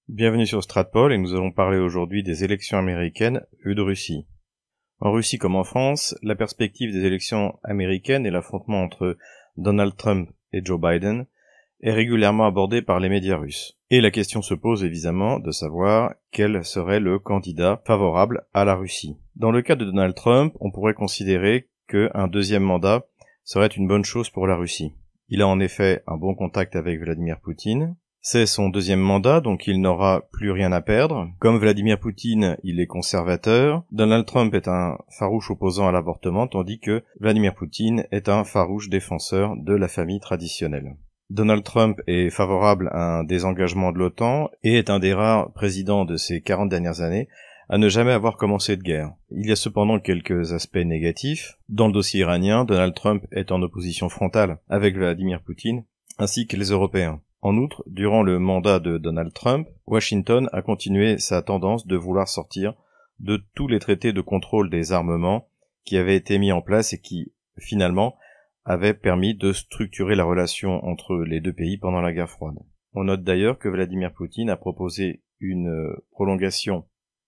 Bienvenue sur Stratpol et nous allons parler aujourd'hui des élections américaines vues de Russie. En Russie comme en France, la perspective des élections américaines et l'affrontement entre Donald Trump et Joe Biden est régulièrement abordée par les médias russes. Et la question se pose évidemment de savoir quel serait le candidat favorable à la Russie. Dans le cas de Donald Trump, on pourrait considérer qu'un deuxième mandat serait une bonne chose pour la Russie. Il a en effet un bon contact avec Vladimir Poutine. C'est son deuxième mandat, donc il n'aura plus rien à perdre. Comme Vladimir Poutine, il est conservateur. Donald Trump est un farouche opposant à l'avortement, tandis que Vladimir Poutine est un farouche défenseur de la famille traditionnelle. Donald Trump est favorable à un désengagement de l'OTAN et est un des rares présidents de ces 40 dernières années à ne jamais avoir commencé de guerre. Il y a cependant quelques aspects négatifs. Dans le dossier iranien, Donald Trump est en opposition frontale avec Vladimir Poutine, ainsi que les Européens. En outre, durant le mandat de Donald Trump, Washington a continué sa tendance de vouloir sortir de tous les traités de contrôle des armements qui avaient été mis en place et qui, finalement, avaient permis de structurer la relation entre les deux pays pendant la guerre froide. On note d'ailleurs que Vladimir Poutine a proposé une prolongation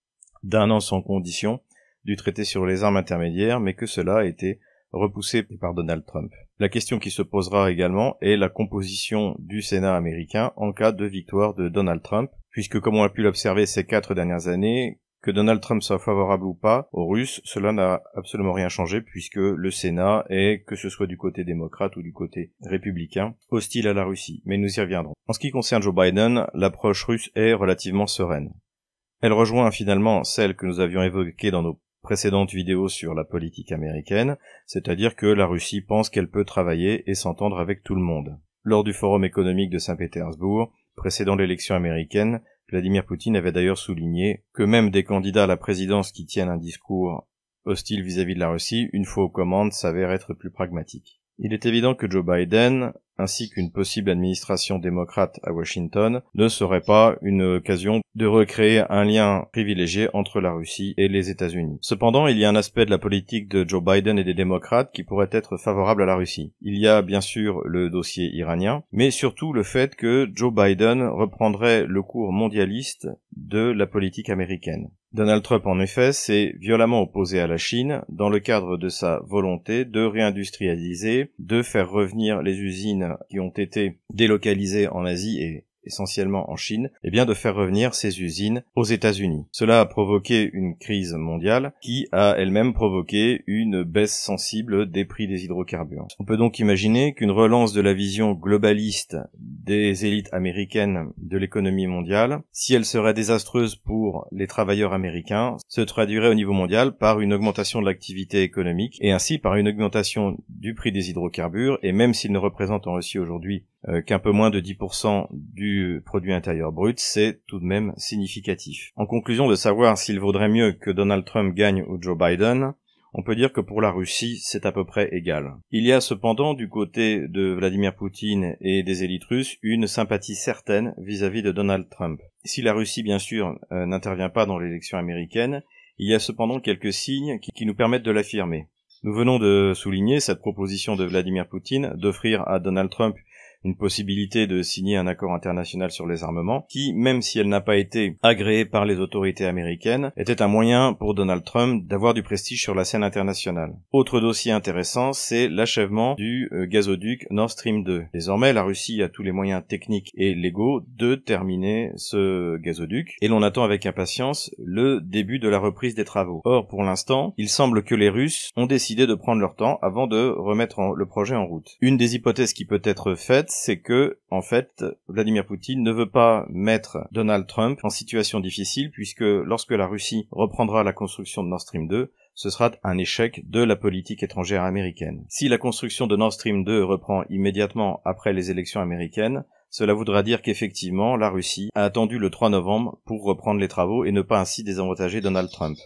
d'1 an sans condition du traité sur les armes intermédiaires, mais que cela a été repoussé par Donald Trump. La question qui se posera également est la composition du Sénat américain en cas de victoire de Donald Trump, puisque comme on a pu l'observer ces 4 dernières années, que Donald Trump soit favorable ou pas aux Russes, cela n'a absolument rien changé puisque le Sénat est, que ce soit du côté démocrate ou du côté républicain, hostile à la Russie. Mais nous y reviendrons. En ce qui concerne Joe Biden, l'approche russe est relativement sereine. Elle rejoint finalement celle que nous avions évoquée dans nos précédentes vidéos sur la politique américaine, c'est-à-dire que la Russie pense qu'elle peut travailler et s'entendre avec tout le monde. Lors du Forum économique de Saint-Pétersbourg, précédant l'élection américaine, Vladimir Poutine avait d'ailleurs souligné que même des candidats à la présidence qui tiennent un discours hostile vis-à-vis de la Russie, une fois aux commandes, s'avèrent être plus pragmatiques. Il est évident que Joe Biden, ainsi qu'une possible administration démocrate à Washington, ne serait pas une occasion de recréer un lien privilégié entre la Russie et les États-Unis. Cependant, il y a un aspect de la politique de Joe Biden et des démocrates qui pourrait être favorable à la Russie. Il y a bien sûr le dossier iranien, mais surtout le fait que Joe Biden reprendrait le cours mondialiste de la politique américaine. Donald Trump, en effet, s'est violemment opposé à la Chine dans le cadre de sa volonté de réindustrialiser, de faire revenir les usines qui ont été délocalisées en Asie et essentiellement en Chine, et bien de faire revenir ces usines aux États-Unis. Cela a provoqué une crise mondiale qui a elle-même provoqué une baisse sensible des prix des hydrocarbures. On peut donc imaginer qu'une relance de la vision globaliste des élites américaines de l'économie mondiale, si elle serait désastreuse pour les travailleurs américains, se traduirait au niveau mondial par une augmentation de l'activité économique et ainsi par une augmentation du prix des hydrocarbures, et même s'il ne représente en Russie aujourd'hui qu'un peu moins de 10% du produit intérieur brut, c'est tout de même significatif. En conclusion, de savoir s'il vaudrait mieux que Donald Trump gagne ou Joe Biden, on peut dire que pour la Russie, c'est à peu près égal. Il y a cependant, du côté de Vladimir Poutine et des élites russes, une sympathie certaine vis-à-vis de Donald Trump. Si la Russie, bien sûr, n'intervient pas dans l'élection américaine, il y a cependant quelques signes qui nous permettent de l'affirmer. Nous venons de souligner cette proposition de Vladimir Poutine d'offrir à Donald Trump une possibilité de signer un accord international sur les armements, qui, même si elle n'a pas été agréée par les autorités américaines, était un moyen pour Donald Trump d'avoir du prestige sur la scène internationale. Autre dossier intéressant, c'est l'achèvement du gazoduc Nord Stream 2. Désormais, la Russie a tous les moyens techniques et légaux de terminer ce gazoduc, et l'on attend avec impatience le début de la reprise des travaux. Or, pour l'instant, il semble que les Russes ont décidé de prendre leur temps avant de remettre le projet en route. Une des hypothèses qui peut être faite, c'est que, en fait, Vladimir Poutine ne veut pas mettre Donald Trump en situation difficile, puisque lorsque la Russie reprendra la construction de Nord Stream 2, ce sera un échec de la politique étrangère américaine. Si la construction de Nord Stream 2 reprend immédiatement après les élections américaines, cela voudra dire qu'effectivement, la Russie a attendu le 3 novembre pour reprendre les travaux et ne pas ainsi désavantager Donald Trump.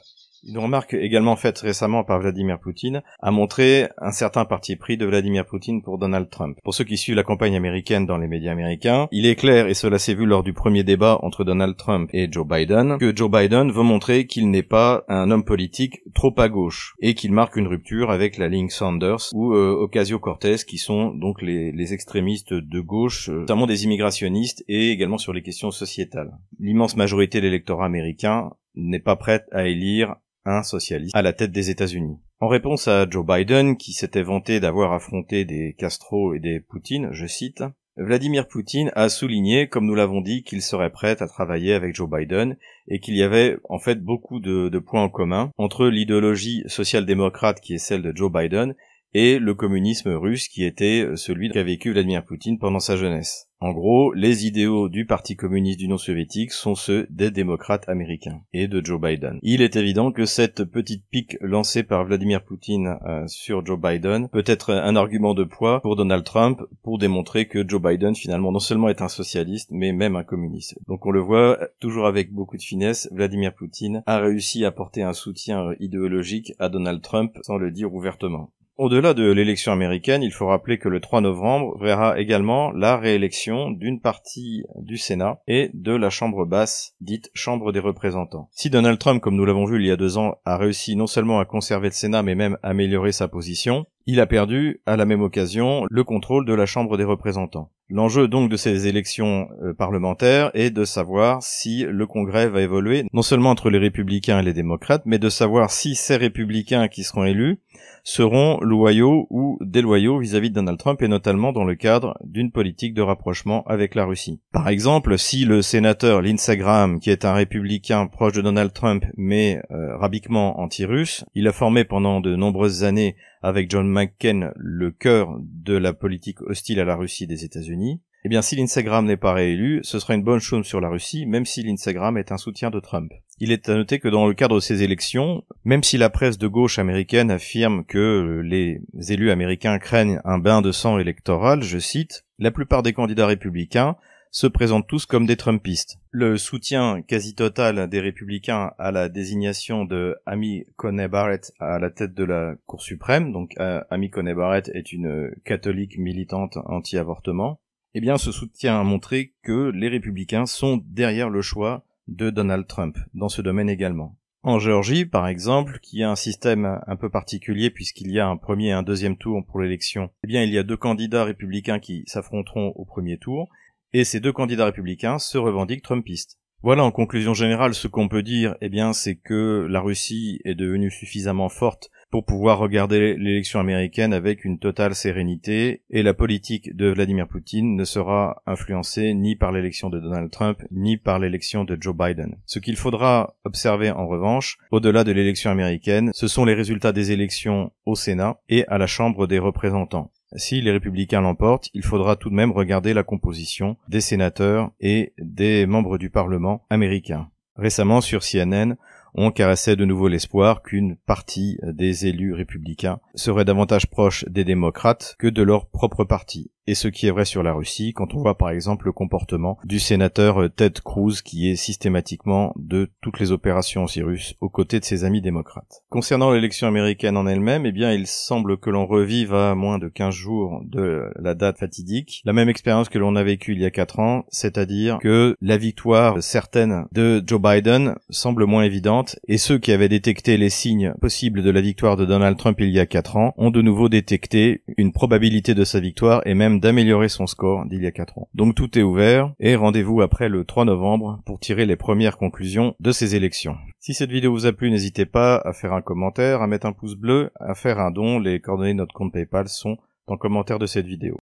Une remarque également faite récemment par Vladimir Poutine a montré un certain parti pris de Vladimir Poutine pour Donald Trump. Pour ceux qui suivent la campagne américaine dans les médias américains, il est clair, et cela s'est vu lors du premier débat entre Donald Trump et Joe Biden, que Joe Biden veut montrer qu'il n'est pas un homme politique trop à gauche, et qu'il marque une rupture avec la ligne Sanders ou Ocasio-Cortez, qui sont donc les extrémistes de gauche, notamment des immigrationnistes et également sur les questions sociétales. L'immense majorité de l'électorat américain n'est pas prête à élire un socialiste à la tête des États-Unis. En réponse à Joe Biden, qui s'était vanté d'avoir affronté des Castro et des Poutine, je cite, Vladimir Poutine a souligné, comme nous l'avons dit, qu'il serait prêt à travailler avec Joe Biden et qu'il y avait en fait beaucoup de points en commun entre l'idéologie social-démocrate qui est celle de Joe Biden et le communisme russe qui était celui qu'a vécu Vladimir Poutine pendant sa jeunesse. En gros, les idéaux du Parti communiste d'Union soviétique sont ceux des démocrates américains et de Joe Biden. Il est évident que cette petite pique lancée par Vladimir Poutine sur Joe Biden peut être un argument de poids pour Donald Trump pour démontrer que Joe Biden finalement non seulement est un socialiste mais même un communiste. Donc on le voit, toujours avec beaucoup de finesse, Vladimir Poutine a réussi à apporter un soutien idéologique à Donald Trump sans le dire ouvertement. Au-delà de l'élection américaine, il faut rappeler que le 3 novembre verra également la réélection d'une partie du Sénat et de la Chambre basse, dite Chambre des représentants. Si Donald Trump, comme nous l'avons vu il y a 2 ans, a réussi non seulement à conserver le Sénat, mais même à améliorer sa position, il a perdu, à la même occasion, le contrôle de la Chambre des représentants. L'enjeu donc de ces élections parlementaires est de savoir si le Congrès va évoluer, non seulement entre les républicains et les démocrates, mais de savoir si ces républicains qui seront élus seront loyaux ou déloyaux vis-à-vis de Donald Trump, et notamment dans le cadre d'une politique de rapprochement avec la Russie. Par exemple, si le sénateur Lindsey Graham, qui est un républicain proche de Donald Trump, mais rabiquement anti-russe, il a formé pendant de nombreuses années avec John McCain le cœur de la politique hostile à la Russie des États-Unis, eh bien si Lindsey Graham n'est pas réélu, ce sera une bonne chose sur la Russie, même si Lindsey Graham est un soutien de Trump. Il est à noter que dans le cadre de ces élections, même si la presse de gauche américaine affirme que les élus américains craignent un bain de sang électoral, je cite, la plupart des candidats républicains se présentent tous comme des Trumpistes. Le soutien quasi total des républicains à la désignation de Amy Coney Barrett à la tête de la Cour suprême, donc Amy Coney Barrett est une catholique militante anti-avortement, eh bien ce soutien a montré que les républicains sont derrière le choix de Donald Trump, dans ce domaine également. En Géorgie, par exemple, qui a un système un peu particulier puisqu'il y a un premier et un deuxième tour pour l'élection, eh bien il y a 2 candidats républicains qui s'affronteront au premier tour, et ces 2 candidats républicains se revendiquent trumpistes. Voilà en conclusion générale ce qu'on peut dire, eh bien c'est que la Russie est devenue suffisamment forte pour pouvoir regarder l'élection américaine avec une totale sérénité, et la politique de Vladimir Poutine ne sera influencée ni par l'élection de Donald Trump, ni par l'élection de Joe Biden. Ce qu'il faudra observer en revanche, au-delà de l'élection américaine, ce sont les résultats des élections au Sénat et à la Chambre des représentants. Si les républicains l'emportent, il faudra tout de même regarder la composition des sénateurs et des membres du Parlement américain. Récemment, sur CNN, on caressait de nouveau l'espoir qu'une partie des élus républicains serait davantage proche des démocrates que de leur propre parti. Et ce qui est vrai sur la Russie, quand on voit par exemple le comportement du sénateur Ted Cruz qui est systématiquement de toutes les opérations anti-russes aux côtés de ses amis démocrates. Concernant l'élection américaine en elle-même, eh bien il semble que l'on revive à moins de 15 jours de la date fatidique la même expérience que l'on a vécue il y a 4 ans, c'est-à-dire que la victoire certaine de Joe Biden semble moins évidente, et ceux qui avaient détecté les signes possibles de la victoire de Donald Trump il y a 4 ans ont de nouveau détecté une probabilité de sa victoire et même d'améliorer son score d'il y a 4 ans. Donc tout est ouvert, et rendez-vous après le 3 novembre pour tirer les premières conclusions de ces élections. Si cette vidéo vous a plu, n'hésitez pas à faire un commentaire, à mettre un pouce bleu, à faire un don. Les coordonnées de notre compte PayPal sont dans le commentaire de cette vidéo.